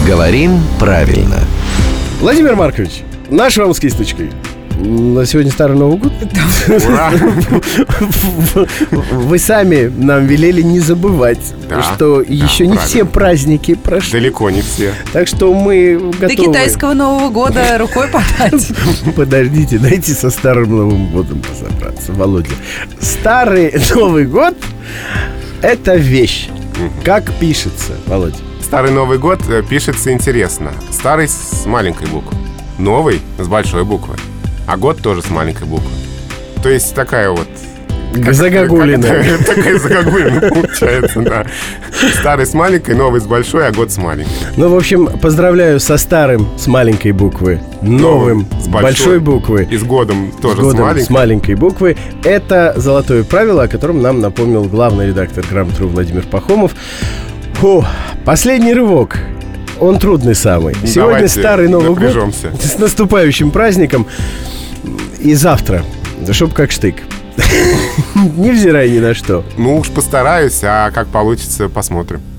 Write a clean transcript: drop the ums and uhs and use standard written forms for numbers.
Говорим правильно. Владимир Маркович, нашей вам с кисточкой. На сегодня Старый Новый год. Ура! Вы сами нам велели не забывать, Да, что еще не правильно. все праздники прошли. Далеко не все. Так что мы До готовы. китайского Нового года рукой подать. Подождите, дайте со Старым Новым годом разобраться, Володя. Старый Новый год — это вещь. Как пишется, Володя? Старый Новый год пишется интересно. Старый с маленькой буквы. Новый с большой буквы. А год тоже с маленькой буквы. То есть такая вот... Загогулина. Такая загогулина получается, да. Старый с маленькой, новый с большой, а год с маленькой. Ну, в общем, поздравляю со старым с маленькой буквы, новым с большой буквы. И с годом тоже с годом с маленькой. с маленькой буквы. Это золотое правило, о котором нам напомнил главный редактор Грамотру Владимир Пахомов. Фу, последний рывок. Он трудный самый. Сегодня Давайте Старый Новый напряжемся. год. С наступающим праздником. И завтра, да чтоб как штык. Невзирая ни на что. Ну уж постараюсь, а как получится, посмотрим.